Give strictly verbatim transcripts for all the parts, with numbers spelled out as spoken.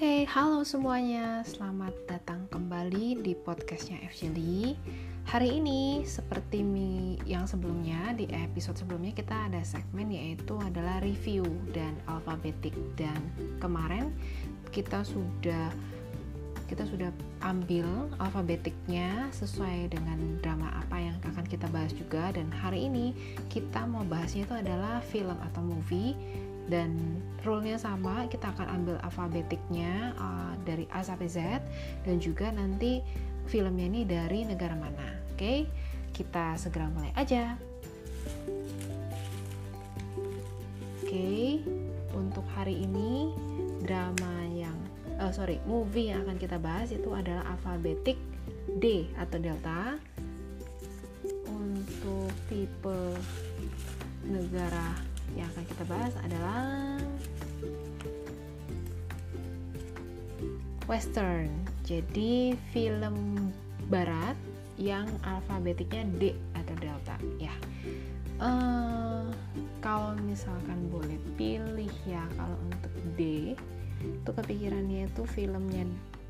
Oke, halo semuanya. Selamat datang kembali di podcastnya F Jelly. Hari ini, seperti yang sebelumnya, di episode sebelumnya kita ada segmen yaitu adalah review dan alfabetik. Dan kemarin kita sudah kita sudah ambil alfabetiknya sesuai dengan drama apa yang akan kita bahas juga. Dan hari ini kita mau bahasnya itu adalah film atau movie. Dan rule-nya sama, kita akan ambil alfabetiknya uh, dari A sampai Z, dan juga nanti filmnya ini dari negara mana. Oke, kita segera mulai aja. Oke, untuk hari ini drama yang uh, sorry movie yang akan kita bahas itu adalah alfabetik D atau Delta. Untuk tipe negara yang akan kita bahas adalah Western. Jadi film barat yang alfabetiknya D atau Delta ya. Uh, kalau misalkan boleh pilih ya, kalau untuk D itu kepikirannya itu filmnya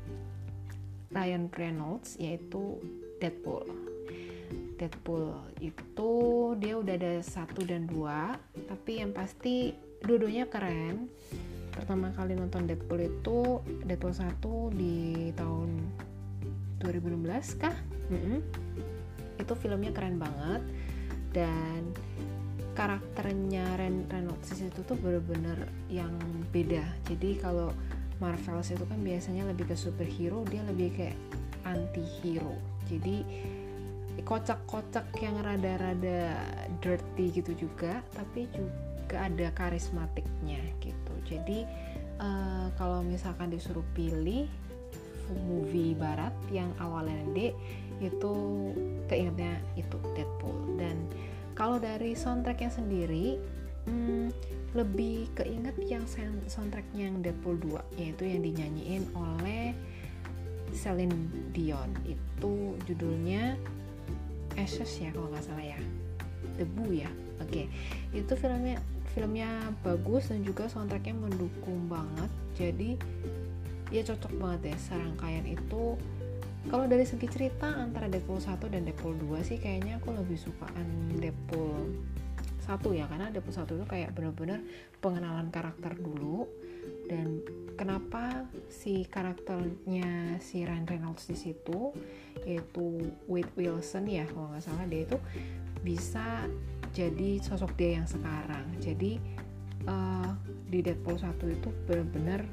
Ryan Reynolds yaitu Deadpool. Deadpool itu dia udah ada satu dan dua, tapi yang pasti dua-duanya keren. Pertama kali nonton Deadpool itu Deadpool satu di tahun dua ribu enam belas kah? Mm-hmm. Itu filmnya keren banget, dan karakternya Ryan Reynolds itu tuh bener-bener yang beda. Jadi kalau Marvel itu kan biasanya lebih ke superhero, dia lebih kayak anti-hero. Jadi kocak-kocak yang rada-rada dirty gitu juga, tapi juga ada karismatiknya gitu. Jadi uh, kalau misalkan disuruh pilih movie barat yang awalnya D, itu keingetnya itu Deadpool. Dan kalau dari soundtracknya sendiri hmm, lebih keinget yang soundtracknya yang Deadpool dua, yaitu yang dinyanyiin oleh Celine Dion. Itu judulnya Ashes ya kalau nggak salah ya, Debu ya. Oke, okay. Itu filmnya filmnya bagus dan juga soundtracknya mendukung banget. Jadi ya cocok banget ya serangkaian itu. Kalau dari segi cerita antara Deadpool satu dan Deadpool dua sih kayaknya aku lebih sukaan Deadpool satu ya, karena Deadpool satu itu kayak benar-benar pengenalan karakter dulu. Dan kenapa si karakternya si Ryan Reynolds di situ, yaitu Wade Wilson ya kalau nggak salah, dia itu bisa jadi sosok dia yang sekarang. Jadi uh, di Deadpool satu itu benar-benar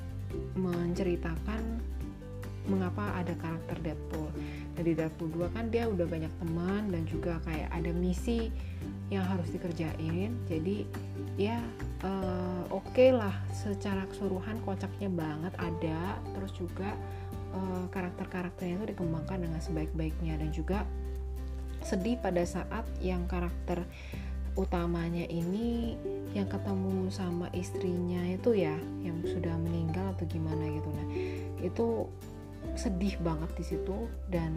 menceritakan mengapa ada karakter Deadpool. Dan di Deadpool dua kan dia udah banyak teman dan juga kayak ada misi yang harus dikerjain. Jadi ya uh, oke okay lah, secara keseluruhan kocaknya banget ada. Terus juga uh, karakter-karakternya itu dikembangkan dengan sebaik-baiknya. Dan juga sedih pada saat yang karakter utamanya ini yang ketemu sama istrinya itu ya, yang sudah meninggal atau gimana gitu. Nah itu sedih banget di situ. Dan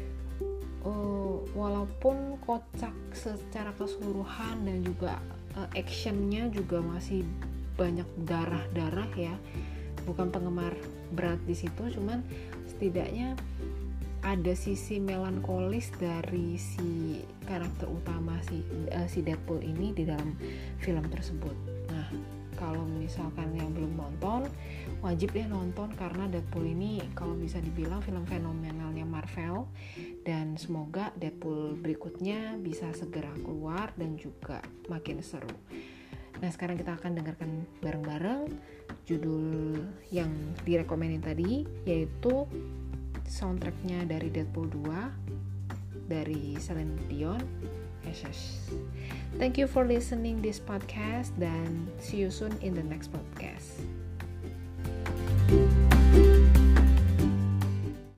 uh, walaupun kocak secara keseluruhan dan juga uh, actionnya juga masih banyak darah-darah ya, bukan penggemar berat di situ, cuman setidaknya ada sisi melankolis dari si karakter utama si uh, si Deadpool ini di dalam film tersebut. Nah, kalau misalkan yang belum nonton, wajib deh nonton, karena Deadpool ini kalau bisa dibilang film fenomenalnya Marvel. Dan semoga Deadpool berikutnya bisa segera keluar dan juga makin seru. Nah, sekarang kita akan dengarkan bareng-bareng judul yang direkomenin tadi, yaitu soundtracknya dari Deadpool dua dari Celine Dion, Ashes. Thank you for listening this podcast, dan see you soon in the next podcast.